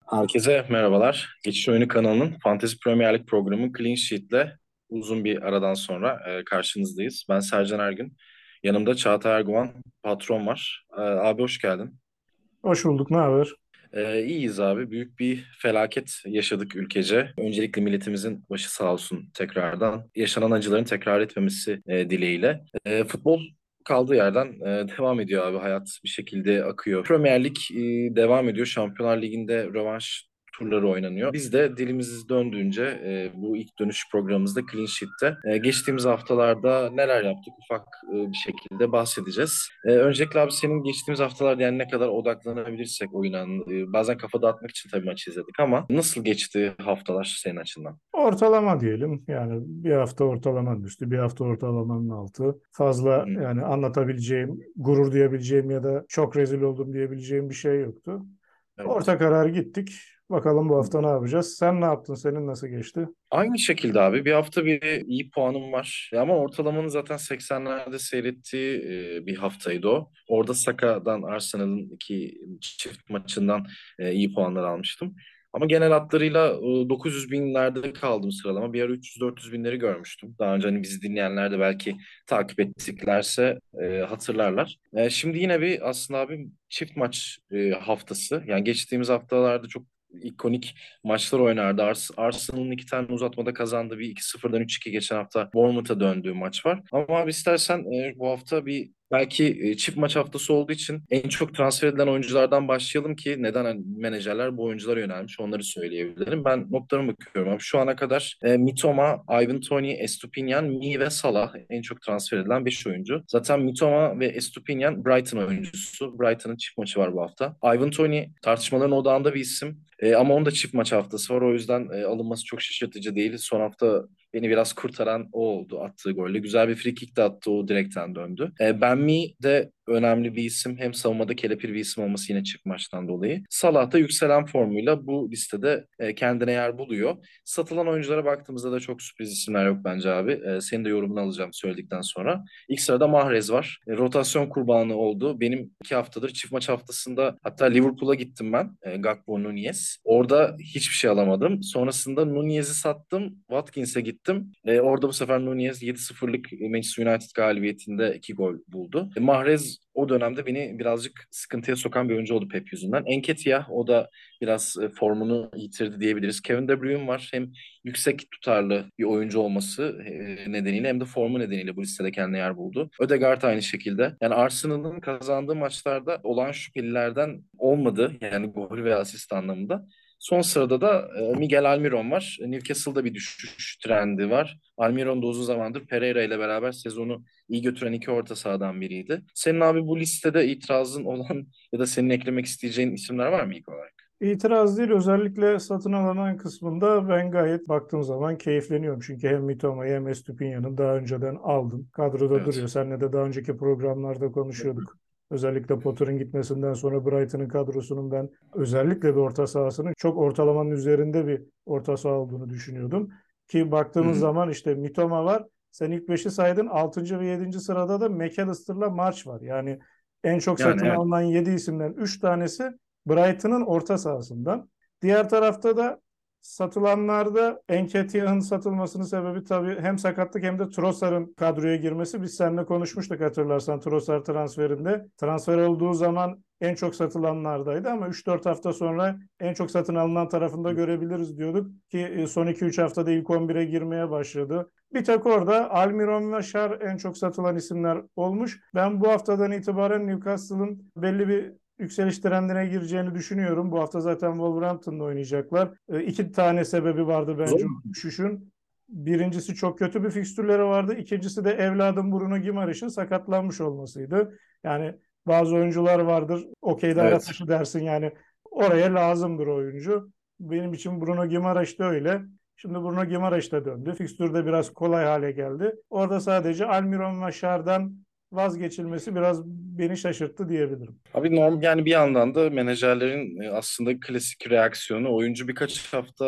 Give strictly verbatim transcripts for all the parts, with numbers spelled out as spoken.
Herkese merhabalar. Geçiş Oyunu kanalının Fantasy Premier Lig programı Clean Sheet'le uzun bir aradan sonra e, karşınızdayız. Ben Sercan Ergün. Yanımda Çağatay Erguvan, patron var. E, abi hoş geldin. Hoş bulduk, ne haber? E, iyiyiz abi. Büyük bir felaket yaşadık ülkece. Öncelikle milletimizin başı sağ olsun tekrardan. Yaşanan acıların tekrar etmemesi e, dileğiyle. E, futbol kaldığı yerden e, devam ediyor abi. Hayat bir şekilde akıyor. Premier Lig e, devam ediyor. Şampiyonlar Ligi'nde rövanş turları oynanıyor. Biz de dilimiz döndüğünce e, bu ilk dönüş programımızda Clean Sheet'te e, geçtiğimiz haftalarda neler yaptık ufak e, bir şekilde bahsedeceğiz. E, öncelikle abi senin geçtiğimiz haftalarda yani ne kadar odaklanabilirsek oyuna e, bazen kafa dağıtmak için tabii maçı izledik ama nasıl geçti haftalar senin açından? Ortalama diyelim. Yani bir hafta ortalamanın üstü, bir hafta ortalamanın altı. Hı Fazla hı. yani anlatabileceğim, gurur duyabileceğim ya da çok rezil oldum diyebileceğim bir şey yoktu. Evet. Orta karar gittik. Bakalım bu hafta ne yapacağız? Sen ne yaptın? Senin nasıl geçti? Aynı şekilde abi bir hafta bir iyi puanım var. Ya ama ortalamanın zaten seksenlerde seyrettiği e, bir haftaydı o. Orada Saka'dan Arsenal'ın iki çift maçından e, iyi puanlar almıştım. Ama genel hatlarıyla e, dokuz yüz binlerde kaldım sıralama. Bir ara üç yüz dört yüz binleri görmüştüm. Daha önce hani bizi dinleyenler de belki takip ettiklerse e, hatırlarlar. E, şimdi yine bir aslında abi çift maç e, haftası. Yani geçtiğimiz haftalarda çok ikonik maçlar oynardı. Ars Arsenal'ın iki tane uzatmada kazandığı bir iki sıfırdan üç iki geçen hafta Bournemouth'a döndüğü maç var. Ama abi istersen e, bu hafta bir belki e, çift maç haftası olduğu için en çok transfer edilen oyunculardan başlayalım ki neden hani menajerler bu oyunculara yönelmiş onları söyleyebilirim. Ben notlarıma bakıyorum abi. Şu ana kadar e, Mitoma, Ivan Toney, Estupinian, Mi ve Salah en çok transfer edilen beş oyuncu. Zaten Mitoma ve Estupinian Brighton oyuncusu. Brighton'ın çift maçı var bu hafta. Ivan Toney tartışmaların odağında bir isim. E, ama onun da çift maç haftası var. O yüzden e, alınması çok şaşırtıcı değil. Son hafta beni biraz kurtaran o oldu attığı golle. Güzel bir free kick de attı. O direkten döndü. E, Ben Mi de önemli bir isim. Hem savunmada kelepir bir isim olması yine çift maçtan dolayı. Salah da yükselen formuyla bu listede e, kendine yer buluyor. Satılan oyunculara baktığımızda da çok sürpriz isimler yok bence abi. E, senin de yorumunu alacağım söyledikten sonra. İlk sırada Mahrez var. E, rotasyon kurbanı oldu. Benim iki haftadır çift maç haftasında hatta Liverpool'a gittim ben. E, Gakpo, Nunez. Orada hiçbir şey alamadım. Sonrasında Nunez'i sattım. Watkins'e gittim. E, orada bu sefer Nunez yedi sıfırlık Manchester United galibiyetinde iki gol buldu. E, Mahrez o dönemde beni birazcık sıkıntıya sokan bir oyuncu oldu Pep yüzünden. Nketiah o da biraz e, formunu yitirdi diyebiliriz. Kevin De Bruyne var. Hem yüksek tutarlı bir oyuncu olması e, nedeniyle hem de formu nedeniyle bu listede kendine yer buldu. Ödegaard aynı şekilde. Yani Arsenal'ın kazandığı maçlarda olan şüphelilerden olmadı. Yani gol ve asist anlamında. Son sırada da e, Miguel Almiron var. Newcastle'da bir düşüş trendi var. Almiron da uzun zamandır Pereira ile beraber sezonu iyi götüren iki orta sahadan biriydi. Senin abi bu listede itirazın olan ya da senin eklemek isteyeceğin isimler var mı ilk olarak? İtiraz değil, özellikle satın alınan kısmında ben gayet baktığım zaman keyifleniyorum. Çünkü hem Mitoma'yı hem Estupiñan'ı daha önceden aldım. Kadroda Evet. duruyor. Seninle de daha önceki programlarda konuşuyorduk. Özellikle Potter'ın gitmesinden sonra Brighton'ın kadrosunun ben özellikle de orta sahasının çok ortalamanın üzerinde bir orta saha olduğunu düşünüyordum. Ki Hı baktığımız hı. zaman işte Mitoma var. Sen ilk beşi saydın. Altıncı ve yedinci sırada da McAllister'la March var. Yani en çok Yani satın evet. alınan yedi isimden üç tanesi Brighton'ın orta sahasından. Diğer tarafta da satılanlarda Nketiah'ın satılmasının sebebi tabii hem sakatlık hem de Trossard'ın kadroya girmesi. Biz seninle konuşmuştuk hatırlarsan Trossard transferinde. Transfer olduğu zaman en çok satılanlardaydı ama üç dört hafta sonra en çok satın alınan tarafında görebiliriz diyorduk ki e, son iki üç haftada ilk on bire girmeye başladı. Bir tek orada Almiron ve Şar en çok satılan isimler olmuş. Ben bu haftadan itibaren Newcastle'ın belli bir yükseliş trendine gireceğini düşünüyorum. Bu hafta zaten Wolverhampton'la oynayacaklar. E, iki tane sebebi vardı Zor bence o mu? düşüşün. Birincisi çok kötü bir fikstürleri vardı. İkincisi de evladım Bruno Gimareş'in sakatlanmış olmasıydı. Yani bazı oyuncular vardır. Okeyde ara Evet. taşı dersin yani oraya lazımdır oyuncu. Benim için Bruno Gimareş de öyle. Şimdi Bruno Gimareş de döndü. Fikstür de biraz kolay hale geldi. Orada sadece Almiron ve Şar'dan vazgeçilmesi biraz beni şaşırttı diyebilirim. Abi norm yani bir yandan da menajerlerin e, aslında klasik reaksiyonu oyuncu birkaç hafta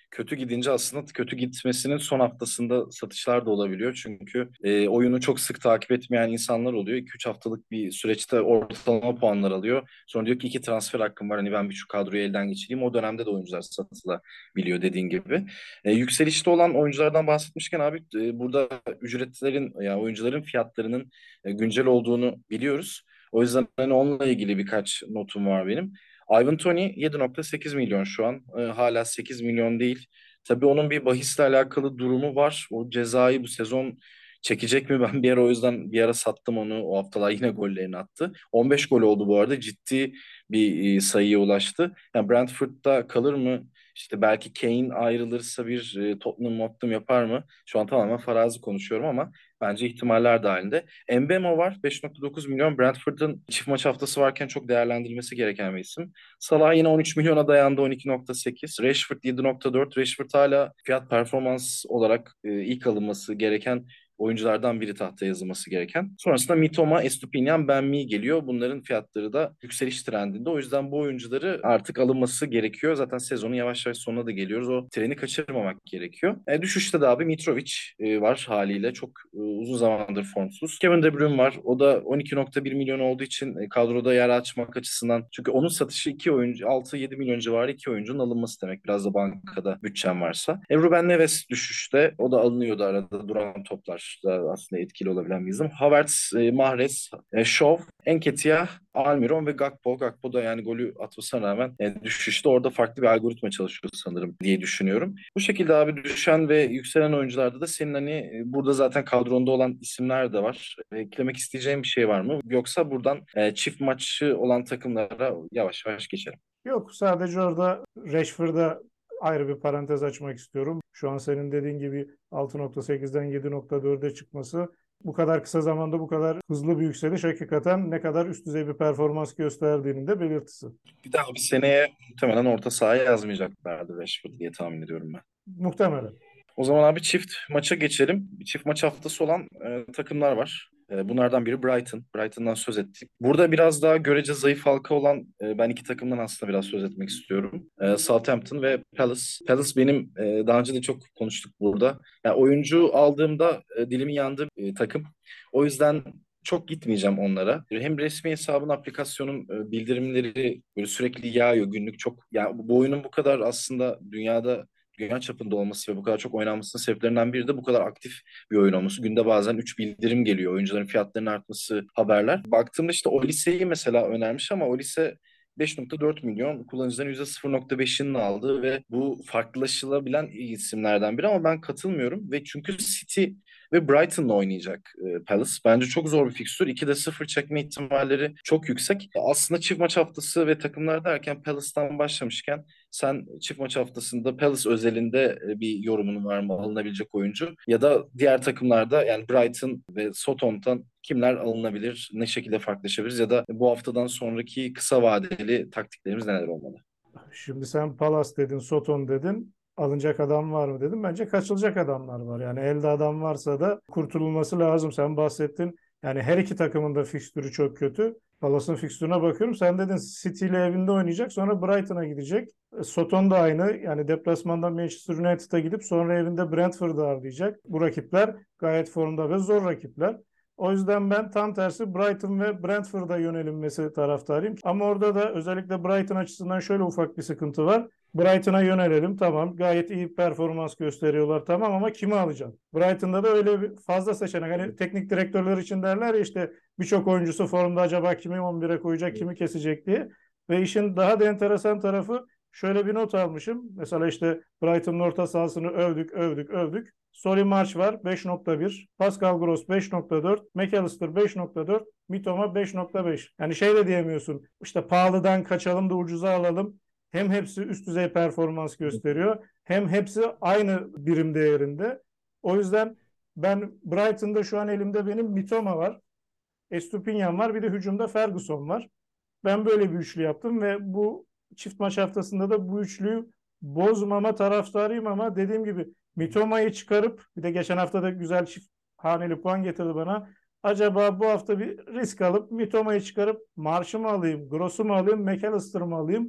kötü gidince aslında kötü gitmesinin son haftasında satışlar da olabiliyor. Çünkü e, oyunu çok sık takip etmeyen insanlar oluyor. iki üç haftalık bir süreçte ortalama puanlar alıyor. Sonra diyor ki iki transfer hakkım var. Hani ben bir şu kadroyu elden geçireyim. O dönemde de oyuncular satılabiliyor dediğin gibi. E, yükselişte olan oyunculardan bahsetmişken abi e, burada ücretlerin yani oyuncuların fiyatlarının e, güncel olduğunu biliyoruz. O yüzden hani onunla ilgili birkaç notum var benim. Ivan Toney yedi nokta sekiz milyon şu an. E, hala sekiz milyon değil. Tabii onun bir bahisle alakalı durumu var. O cezayı bu sezon çekecek mi? Ben bir ara o yüzden bir ara sattım onu. O haftalar yine gollerini attı. on beş gol oldu bu arada. Ciddi bir e, sayıya ulaştı. Yani Brentford'da kalır mı? İşte belki Kane ayrılırsa bir e, Tottenham Tottenham yapar mı? Şu an tamamen farazi konuşuyorum ama bence ihtimaller dahilinde. Mbemo var. beş nokta dokuz milyon. Brentford'un çift maç haftası varken çok değerlendirilmesi gereken bir isim. Salah yine on üç milyona dayandı, on iki nokta sekiz. Rashford yedi nokta dört. Rashford hala fiyat performans olarak e, ilk alınması gereken oyunculardan biri, tahtaya yazılması gereken. Sonrasında Mitoma, Estupiñán, Ben-Mee geliyor. Bunların fiyatları da yükseliş trendinde. O yüzden bu oyuncuları artık alınması gerekiyor. Zaten sezonun yavaş yavaş sonuna da geliyoruz. O treni kaçırmamak gerekiyor. E, düşüşte de abi Mitrovic e, var haliyle. Çok e, uzun zamandır formsuz. Kevin De Bruyne var. O da on iki nokta bir milyon olduğu için e, kadroda yer açmak açısından. Çünkü onun satışı iki oyuncu, altı yedi milyon civarı iki oyuncunun alınması demek. Biraz da bankada bütçen varsa. E, Ruben Neves düşüşte. O da alınıyordu arada, duran toplar da aslında etkili olabilen bir isim. Havertz, e, Mahrez, e, Shaw, Nketiah, Almiron ve Gakpo. Gakpo da yani golü atmasına rağmen e, düşüşte, orada farklı bir algoritma çalışıyor sanırım diye düşünüyorum. Bu şekilde abi düşen ve yükselen oyuncularda da senin hani e, burada zaten kadronda olan isimler de var. E, eklemek isteyeceğin bir şey var mı? Yoksa buradan e, çift maçı olan takımlara yavaş yavaş geçelim. Yok, sadece orada Rashford'a ayrı bir parantez açmak istiyorum. Şu an senin dediğin gibi altı nokta sekizden yedi nokta dörde çıkması, bu kadar kısa zamanda bu kadar hızlı bir yükseliş hakikaten ne kadar üst düzey bir performans gösterdiğinin de belirtisi. Bir daha bir seneye muhtemelen orta sahaya yazmayacaklardı Rashford diye tahmin ediyorum ben. Muhtemelen. O zaman abi çift maça geçelim. Bir çift maç haftası olan e, takımlar var. E, bunlardan biri Brighton. Brighton'dan söz ettik. Burada biraz daha görece zayıf halka olan e, ben iki takımdan aslında biraz söz etmek istiyorum. E, Southampton ve Palace. Palace benim e, daha önce de çok konuştuk burada. Yani oyuncu aldığımda e, dilimin yandığı e, takım. O yüzden çok gitmeyeceğim onlara. Hem resmi hesabın, aplikasyonun e, bildirimleri böyle sürekli yağıyor günlük çok. Yani bu oyunun bu kadar aslında dünyada dünya çapında olması ve bu kadar çok oynanmasının sebeplerinden biri de bu kadar aktif bir oyun olması. Günde bazen üç bildirim geliyor. Oyuncuların fiyatlarının artması, haberler. Baktığımda işte Olise'yi mesela önermiş ama Olise beş nokta dört milyon, kullanıcıların yüzde sıfır nokta beşini aldı ve bu farklılaşılabilen isimlerden biri ama ben katılmıyorum ve çünkü City ve Brighton'la oynayacak e, Palace. Bence çok zor bir fikstür. ikide sıfır çekme ihtimalleri çok yüksek. Aslında çift maç haftası ve takımlar derken Palace'tan başlamışken sen çift maç haftasında Palace özelinde e, bir yorumun var mı, alınabilecek oyuncu? Ya da diğer takımlarda yani Brighton ve Southampton kimler alınabilir? Ne şekilde farklılaşabiliriz? Ya da bu haftadan sonraki kısa vadeli taktiklerimiz neler olmalı? Şimdi sen Palace dedin, Soton dedin. Alınacak adam var mı dedim. Bence kaçılacak adamlar var. Yani elde adam varsa da kurtululması lazım. Sen bahsettin. Yani her iki takımın da fikstürü çok kötü. Palace'ın fikstürüne bakıyorum. Sen dedin City ile evinde oynayacak. Sonra Brighton'a gidecek. E, Soton da aynı. Yani deplasmanda Manchester United'a gidip sonra evinde Brentford'u ağırlayacak. Bu rakipler gayet formda ve zor rakipler. O yüzden ben tam tersi Brighton ve Brentford'a yönelinmesi taraftarıyım. Ama orada da özellikle Brighton açısından şöyle ufak bir sıkıntı var. Brighton'a yönelelim, tamam. Gayet iyi performans gösteriyorlar, tamam, ama kimi alacaksın? Brighton'da da öyle bir fazla seçenek. Hani teknik direktörler için derler ya, işte birçok oyuncusu formda, acaba kimi on bire koyacak, kimi kesecek diye. Ve işin daha da enteresan tarafı, şöyle bir not almışım. Mesela işte Brighton'un orta sahasını övdük, övdük, övdük. Solly March var beş nokta bir, Pascal Gross beş nokta dört, McAllister beş nokta dört, Mitoma beş nokta beş. Yani şey de diyemiyorsun, işte pahalıdan kaçalım da ucuza alalım. Hem hepsi üst düzey performans gösteriyor, hem hepsi aynı birim değerinde. O yüzden ben Brighton'da şu an elimde benim Mitoma var, Estupiñán var, bir de hücumda Ferguson var. Ben böyle bir üçlü yaptım ve bu çift maç haftasında da bu üçlüyü bozmama taraftarıyım, ama dediğim gibi Mitoma'yı çıkarıp, bir de geçen hafta da güzel çift haneli puan getirdi bana. Acaba bu hafta bir risk alıp Mitoma'yı çıkarıp Marş'ı mı alayım, Gross'u mu alayım, McAllister'ı mı alayım?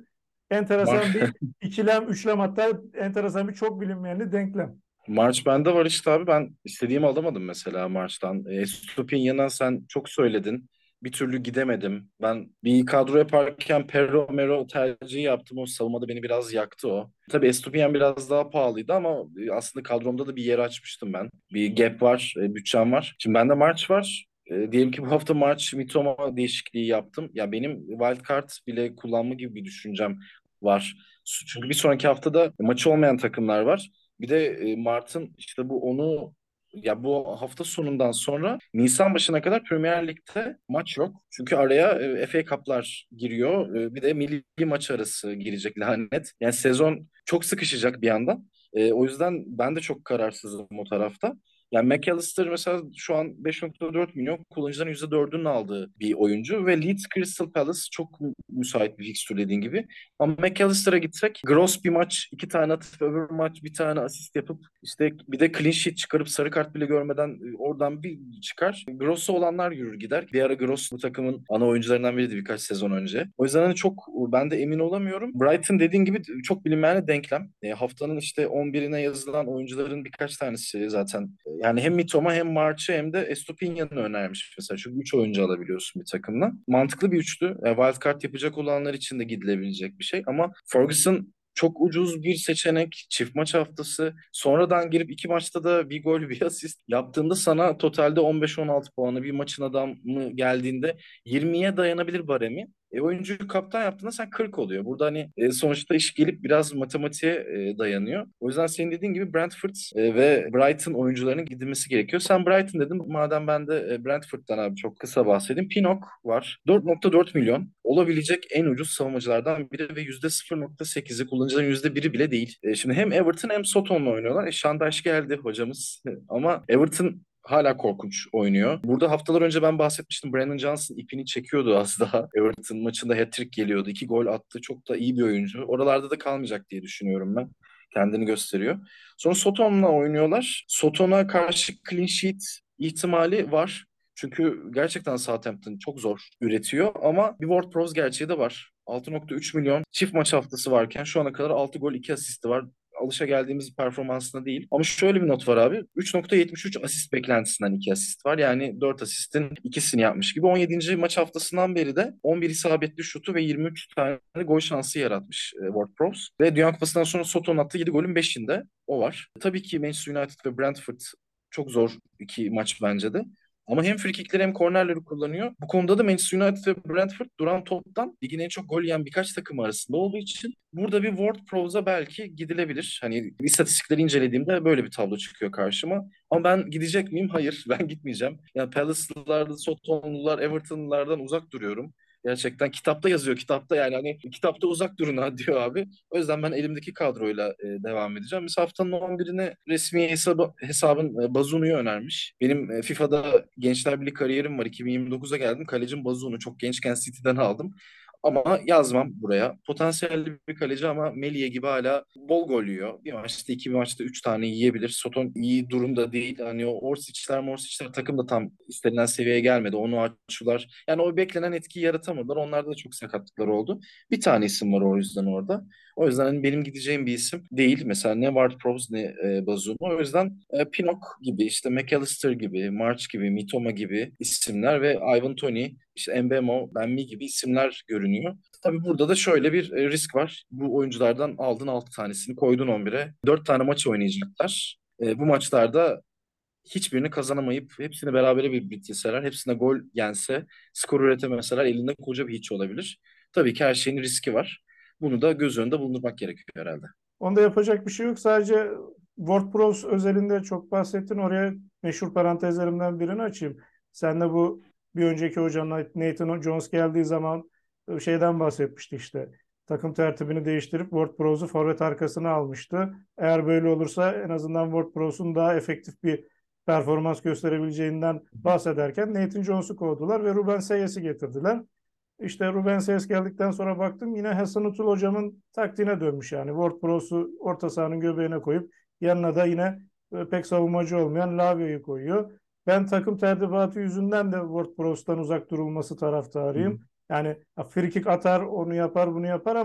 enteresan Mar bir ikilem, üçlem, hatta enteresan bir çok bilinmeyenli denklem. March bende var işte abi. Ben istediğimi alamadım mesela March'tan. E, Estupiñan'a sen çok söyledin. Bir türlü gidemedim. Ben bir kadro yaparken Perro Mero tercihi yaptım. O savunmada beni biraz yaktı o. Tabii Estupiñan biraz daha pahalıydı ama e, aslında kadromda da bir yer açmıştım ben. Bir gap var, e, bütçem var. Şimdi bende March var. E, diyelim ki bu hafta March Mitoma değişikliği yaptım. Ya benim wildcard bile kullanma gibi bir düşüncem var. Çünkü bir sonraki haftada maçı olmayan takımlar var. Bir de e, Mart'ın işte bu onu ya bu hafta sonundan sonra Nisan başına kadar Premier Lig'de maç yok. Çünkü araya e, F A Cup'lar giriyor. E, bir de milli maç arası girecek lanet. Yani sezon çok sıkışacak bir yandan. E, o yüzden ben de çok kararsızım o tarafta. Yani McAllister mesela şu an beş nokta dört milyon kullanıcıların yüzde dördünün aldığı bir oyuncu ve Leeds Crystal Palace çok mü- müsait bir fikstür dediğin gibi. Ama McAllister'a gitsek gross bir maç iki tane atıp öbür maç bir tane asist yapıp işte bir de clean sheet çıkarıp sarı kart bile görmeden e, oradan bir çıkar. Gross'u olanlar yürür gider. Bir ara Gross bu takımın ana oyuncularından biriydi birkaç sezon önce. O yüzden hani çok ben de emin olamıyorum. Brighton dediğin gibi çok bilinmeyen denklem. E, haftanın işte on birine yazılan oyuncuların birkaç tanesi zaten. E, yani hem Mitoma hem March'ı hem de Estupiñan'ı önermiş mesela. Çünkü üç oyuncu alabiliyorsun bir takımla. Mantıklı bir üçlü. E, wildcard yapacak olanlar için de gidilebilecek bir şey. Ama Ferguson çok ucuz bir seçenek. Çift maç haftası. Sonradan girip iki maçta da bir gol bir asist yaptığında sana totalde on beş on altı puanı bir maçın adamı geldiğinde yirmiye dayanabilir baremi. E, oyuncuyu kaptan yaptığında sen kırk oluyor. Burada hani e, sonuçta iş gelip biraz matematiğe e, dayanıyor. O yüzden senin dediğin gibi Brentford e, ve Brighton oyuncularının gidilmesi gerekiyor. Sen Brighton dedim. Madem ben de e, Brentford'dan abi çok kısa bahsedeyim. Pinnock var. dört nokta dört milyon. Olabilecek en ucuz savunmacılardan biri ve yüzde sıfır nokta sekizi kullanıcıların yüzde biri bile değil. E, şimdi hem Everton hem Soton'la oynuyorlar. E, Şandaş geldi hocamız. Ama Everton hala korkunç oynuyor. Burada haftalar önce ben bahsetmiştim. Brandon Johnson ipini çekiyordu az daha. Everton maçında hat-trick geliyordu. İki gol attı. Çok da iyi bir oyuncu. Oralarda da kalmayacak diye düşünüyorum ben. Kendini gösteriyor. Sonra Soton'la oynuyorlar. Soton'a karşı clean sheet ihtimali var. Çünkü gerçekten Southampton çok zor üretiyor ama bir Ward-Prowse gerçeği de var. altı nokta üç milyon çift maç haftası varken şu ana kadar altı gol iki asisti var. Alışa geldiğimiz performansında değil. Ama şöyle bir not var abi. üç nokta yetmiş üç asist beklentisinden iki asist var. Yani dört asistin ikisini yapmış gibi. on yedinci maç haftasından beri de on bir isabetli şutu ve yirmi üç tane gol şansı yaratmış e, Ward-Prowse. Ve Dünya Kupası'ndan sonra Soto'nun attığı yedi golün beşinde o var. Tabii ki Manchester United ve Brentford çok zor iki maç bence de. Ama hem frikikleri hem kornerleri kullanıyor. Bu konuda da Manchester United ve Brentford duran toptan ligin en çok gol yiyen birkaç takım arasında olduğu için burada bir Ward-Prowse'a belki gidilebilir. Hani istatistikleri incelediğimde böyle bir tablo çıkıyor karşıma. Ama ben gidecek miyim? Hayır, ben gitmeyeceğim. Yani Palace'lılar, Sotonlular, Everton'lılardan uzak duruyorum. Gerçekten kitapta yazıyor. Kitapta yani hani kitapta uzak durun ha diyor abi. O yüzden ben elimdeki kadroyla e, devam edeceğim. Mesela haftanın on birine resmi hesabı, hesabın e, Bazunu'yu önermiş. Benim e, FIFA'da Gençler Birliği kariyerim var. iki bin yirmi dokuza geldim. Kalecim Bazunu. Çok gençken City'den aldım. Ama yazmam buraya. Potansiyelli bir kaleci ama Melie gibi hala bol gol yiyor. Bir maçta iki bir maçta üç tane yiyebilir. Soton iyi durumda değil. Hani o Orsic'ler Morsic'ler takım da tam istenilen seviyeye gelmedi. Onu açtılar. Yani o beklenen etkiyi yaratamadılar. Onlarda da çok sakatlıklar oldu. Bir tane isim var o yüzden orada. O yüzden hani benim gideceğim bir isim değil. Mesela ne Ward-Prowse ne e, Bazuma. O yüzden e, Pinnock gibi, işte McAllister gibi, March gibi, Mitoma gibi isimler ve Ivan Toney, işte Mbemo, Benmi gibi isimler görünüyor. Tabii burada da şöyle bir e, risk var. Bu oyunculardan aldın altı tanesini koydun on bire. dört tane maç oynayacaklar. E, bu maçlarda hiçbirini kazanamayıp hepsini berabere bir bitirseler, hepsine gol yense, skor üretemeseler elinde koca bir hiç olabilir. Tabii ki her şeyin riski var. Bunu da göz önünde bulundurmak gerekiyor herhalde. Onda yapacak bir şey yok. Sadece WordPress özelinde çok bahsettin. Oraya meşhur parantezlerimden birini açayım. Sen de bu bir önceki hocan Nathan Jones geldiği zaman e, şeyden bahsetmişti işte. Takım tertibini değiştirip WordPress'u forvet arkasına almıştı. Eğer böyle olursa en azından WordPress'un daha efektif bir performans gösterebileceğinden bahsederken Nathan Jones'u kovdular ve Ruben Sayes'i getirdiler. İşte Ruben Sayes geldikten sonra baktım yine Hasan Utul hocamın taktiğine dönmüş yani. Ward-Prowse'u orta sahanın göbeğine koyup yanına da yine e, pek savunmacı olmayan Lavio'yu koyuyor. Ben takım tertibatı yüzünden de Ward-Prowse'dan uzak durulması taraftarıyım. Yani free kick atar, onu yapar, bunu yapar ama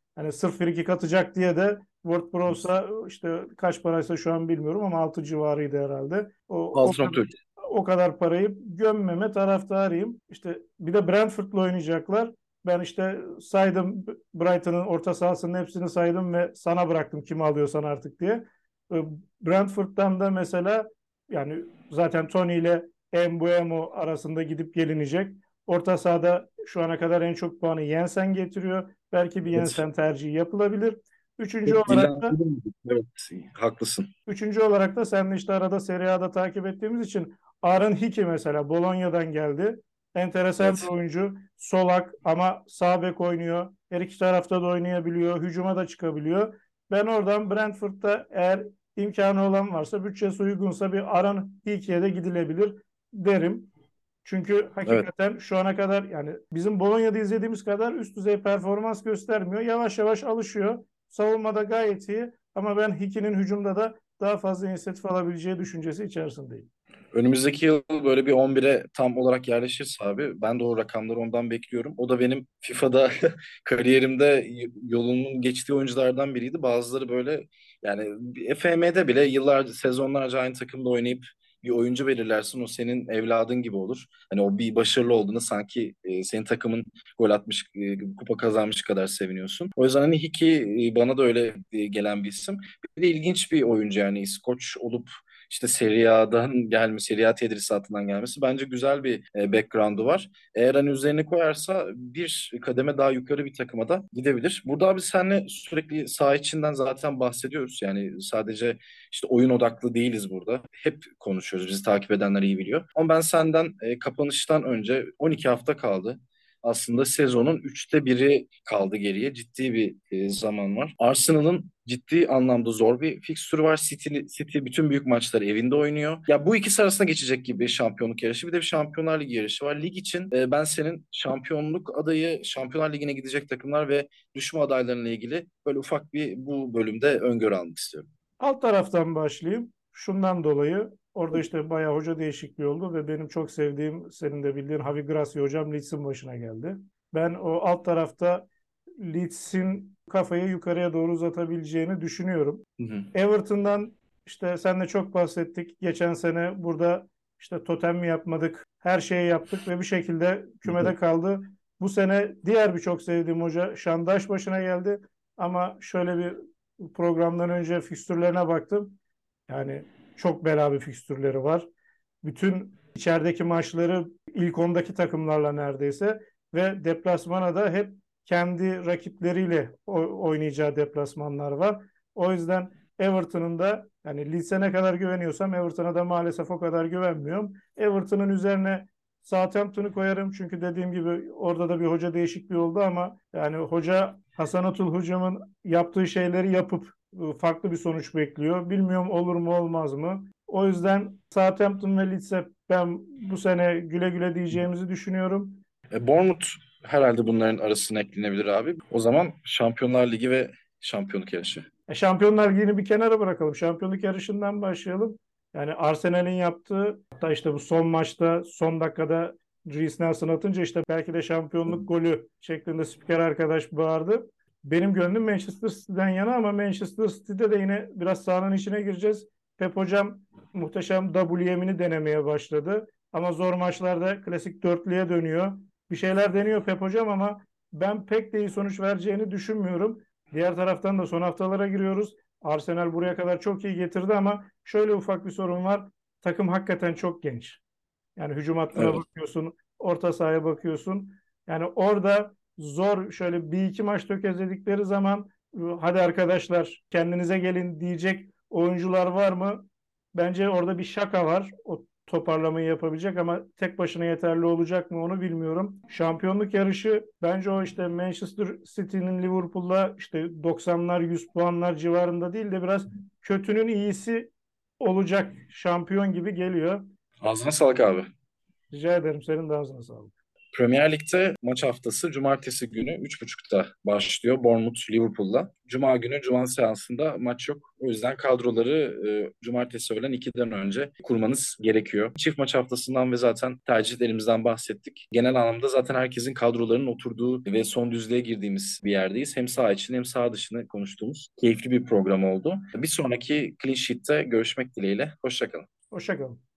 Hani sırf frikik atacak diye de Ward Prowse'a işte kaç paraysa şu an bilmiyorum ama altı civarıydı herhalde. O, o kadar altı nokta üç. o kadar parayı gömmeme taraftarıyım. İşte bir de Brentford'la oynayacaklar. Ben işte saydım, Brighton'ın orta sahasının hepsini saydım ve sana bıraktım kimi alıyorsan artık diye. E, Brentford'dan da mesela yani zaten Tony ile Mbeumo arasında gidip gelinecek. Orta sahada şu ana kadar en çok puanı Jensen getiriyor. Belki bir Evet. Jensen tercihi yapılabilir. Üçüncü Çok olarak da dillendirdim. Evet, haklısın. Üçüncü olarak da seninle işte arada Serie A'da takip ettiğimiz için Aaron Hickey mesela Bologna'dan geldi. Enteresan bir Evet. oyuncu. Solak ama sağ bek oynuyor. Her iki tarafta da oynayabiliyor. Hücuma da çıkabiliyor. Ben oradan Brentford'da eğer imkanı olan varsa, bütçesi uygunsa bir Aaron Hickey'e de gidilebilir derim. Çünkü Evet. hakikaten şu ana kadar yani bizim Bologna'da izlediğimiz kadar üst düzey performans göstermiyor. Yavaş yavaş alışıyor. Savunmada gayet iyi ama ben Hickey'nin hücumda da daha fazla inisiyatif alabileceği düşüncesi içerisindeyim. Önümüzdeki yıl böyle bir on bire tam olarak yerleşirse abi ben de o rakamları ondan bekliyorum. O da benim FIFA'da kariyerimde y- yolunun geçtiği oyunculardan biriydi. Bazıları böyle yani F M'de bile yıllarca sezonlarca aynı takımda oynayıp bir oyuncu belirlersin o senin evladın gibi olur. Hani o bir başarılı olduğunu sanki e, senin takımın gol atmış, e, kupa kazanmış kadar seviniyorsun. O yüzden hani Hickey e, bana da öyle e, gelen bir isim. Bir de ilginç bir oyuncu yani İskoç olup işte Serie A'dan gelmesi, Serie A tedrisatından gelmesi bence güzel bir e, background'u var. Eğer hani üzerine koyarsa bir kademe daha yukarı bir takıma da gidebilir. Burada abi seninle sürekli saha içinden zaten bahsediyoruz. Yani sadece işte oyun odaklı değiliz burada. Hep konuşuyoruz. Bizi takip edenler iyi biliyor. Ama ben senden e, kapanıştan önce on iki hafta kaldı. Aslında sezonun üçte biri kaldı geriye. Ciddi bir e, zaman var. Arsenal'ın ciddi anlamda zor bir fikstürü var. City, City bütün büyük maçları evinde oynuyor. Ya bu ikisi arasında geçecek gibi şampiyonluk yarışı. Bir de bir Şampiyonlar Ligi yarışı var. Lig için e, ben senin şampiyonluk adayı, Şampiyonlar Ligi'ne gidecek takımlar ve düşme adaylarıyla ilgili böyle ufak bir bu bölümde öngörü almak istiyorum. Alt taraftan başlayayım. Şundan dolayı orada işte bayağı hoca değişikliği oldu ve benim çok sevdiğim, senin de bildiğin Javi Gracia hocam Leeds'in başına geldi. Ben o alt tarafta Leeds'in kafayı yukarıya doğru uzatabileceğini düşünüyorum. Hı hı. Everton'dan işte senle çok bahsettik. Geçen sene burada işte totem mi yapmadık, her şeyi yaptık ve bir şekilde Hı kümede hı. kaldı. Bu sene diğer bir çok sevdiğim hoca Şandaş başına geldi. Ama şöyle bir programdan önce fikstürlerine baktım. Yani çok bela bir fikstürleri var. Bütün içerideki maçları ilk ondaki takımlarla neredeyse ve deplasmana da hep kendi rakipleriyle oynayacağı deplasmanlar var. O yüzden Everton'un da yani Leeds'e ne kadar güveniyorsam Everton'a da maalesef o kadar güvenmiyorum. Everton'un üzerine Southampton'u koyarım çünkü dediğim gibi orada da bir hoca değişikliği oldu ama yani hoca Hasan Hocam'ın yaptığı şeyleri yapıp e, farklı bir sonuç bekliyor. Bilmiyorum olur mu olmaz mı? O yüzden Southampton ve Leeds'e ben bu sene güle güle diyeceğimizi düşünüyorum. E, Bournemouth herhalde bunların arasına eklenebilir abi. O zaman Şampiyonlar Ligi ve şampiyonluk yarışı. E, Şampiyonlar Ligi'ni bir kenara bırakalım. Şampiyonluk yarışından başlayalım. Yani Arsenal'in yaptığı hatta işte bu son maçta son dakikada Reiss Nelson atınca işte belki de şampiyonluk golü şeklinde spiker arkadaş bağırdı. Benim gönlüm Manchester City'den yana ama Manchester City'de de yine biraz sahanın içine gireceğiz. Pep Hocam muhteşem W M'ini denemeye başladı. Ama zor maçlarda klasik dörtlüye dönüyor. Bir şeyler deniyor Pep Hocam ama ben pek de iyi sonuç vereceğini düşünmüyorum. Diğer taraftan da son haftalara giriyoruz. Arsenal buraya kadar çok iyi getirdi ama şöyle ufak bir sorun var. Takım hakikaten çok genç. Yani hücum hattına Evet. bakıyorsun, orta sahaya bakıyorsun. Yani orada zor şöyle bir iki maç tökezledikleri zaman hadi arkadaşlar kendinize gelin diyecek oyuncular var mı? Bence orada bir şaka var. O toparlamayı yapabilecek ama tek başına yeterli olacak mı onu bilmiyorum. Şampiyonluk yarışı bence o işte Manchester City'nin Liverpool'la işte doksanlar yüz puanlar civarında değil de biraz kötünün iyisi olacak şampiyon gibi geliyor. Ağzına sağlık abi. Rica ederim. Senin de ağzına sağlık. Premier Lig'de maç haftası cumartesi günü üç buçukta başlıyor Bournemouth Liverpool'la. Cuma günü Cuma seansında maç yok. O yüzden kadroları e, cumartesi öğlen ikiden önce kurmanız gerekiyor. Çift maç haftasından ve zaten tercihlerimizden bahsettik. Genel anlamda zaten herkesin kadrolarının oturduğu ve son düzlüğe girdiğimiz bir yerdeyiz. Hem saha için hem saha dışını konuştuğumuz keyifli bir program oldu. Bir sonraki Clean Sheet'te görüşmek dileğiyle. Hoşça kalın. Hoşça kalın.